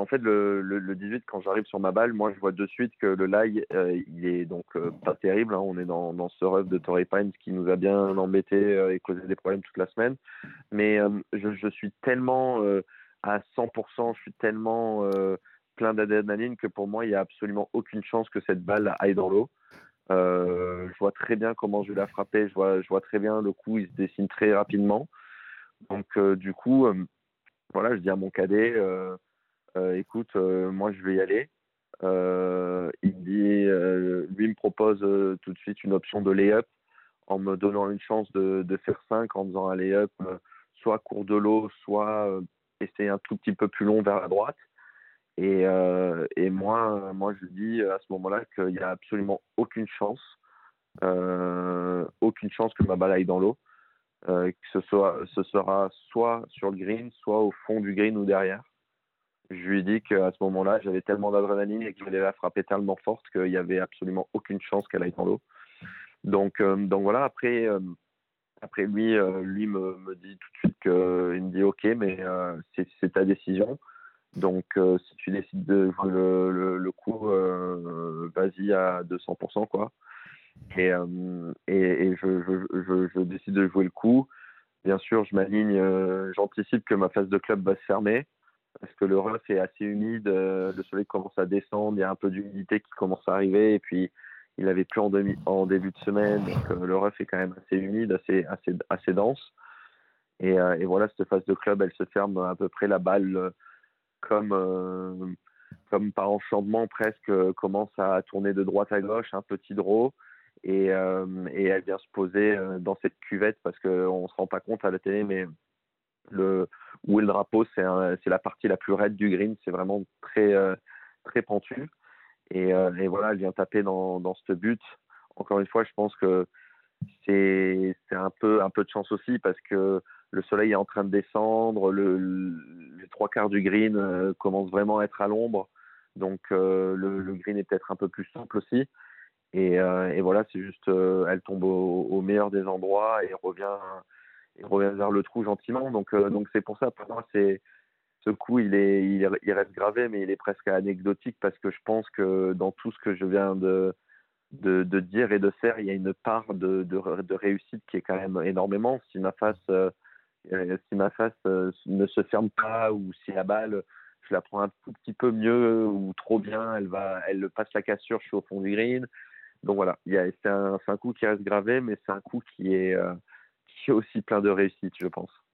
en fait, le 18, quand j'arrive sur ma balle, moi, je vois de suite que le lie, il est donc pas terrible, hein. On est dans ce rough de Torrey Pines qui nous a bien embêté et causé des problèmes toute la semaine. Mais je suis tellement à 100%, je suis tellement plein d'adrénaline que pour moi, il n'y a absolument aucune chance que cette balle aille dans l'eau. Je vois très bien comment je vais la frapper, je vois très bien le coup, il se dessine très rapidement. Donc, du coup, voilà, je dis à mon cadet, écoute, moi, je vais y aller. Il me dit, lui me propose tout de suite une option de lay-up en me donnant une chance de faire 5 en faisant un lay-up, soit court de l'eau, soit essayer un tout petit peu plus long vers la droite. Et moi, je dis à ce moment-là qu'il n'y a absolument aucune chance que ma balle aille dans l'eau, ce sera soit sur le green, soit au fond du green ou derrière. Je lui ai dit qu'à ce moment-là, j'avais tellement d'adrénaline et que je voulais la frapper tellement forte qu'il n'y avait absolument aucune chance qu'elle aille dans l'eau. Donc voilà, après lui me dit tout de suite qu'il me dit OK, mais c'est ta décision. Donc si tu décides de jouer le coup, vas-y à 200%, quoi. Et je décide de jouer le coup. Bien sûr, je m'aligne, j'anticipe que ma phase de club va se fermer parce que le rough est assez humide, le soleil commence à descendre, il y a un peu d'humidité qui commence à arriver et puis il avait plu en début de semaine, donc le rough est quand même assez humide, assez dense. Et voilà, cette phase de club, elle se ferme à peu près la balle comme, euh, comme par enchantement presque, commence à tourner de droite à gauche, un petit draw, et elle vient se poser dans cette cuvette parce qu'on ne se rend pas compte à la télé, mais où est le drapeau, c'est la partie la plus raide du green, c'est vraiment très pentu. Et voilà, elle vient taper dans ce but. Encore une fois, je pense que c'est un peu de chance aussi parce que le soleil est en train de descendre, les trois quarts du green commencent vraiment à être à l'ombre, donc le green est peut-être un peu plus souple aussi. Et voilà, c'est juste, elle tombe au meilleur des endroits et revient vers le trou gentiment. Donc c'est pour ça, pour moi, ce coup, il reste gravé, mais il est presque anecdotique parce que je pense que dans tout ce que je viens de dire et de faire, il y a une part de réussite qui est quand même énormément. Si ma face ne se ferme pas ou si la balle, je la prends un tout petit peu mieux ou trop bien, elle passe la cassure, je suis au fond du green. Donc voilà, c'est un coup qui reste gravé, mais c'est un coup qui est aussi plein de réussite, je pense.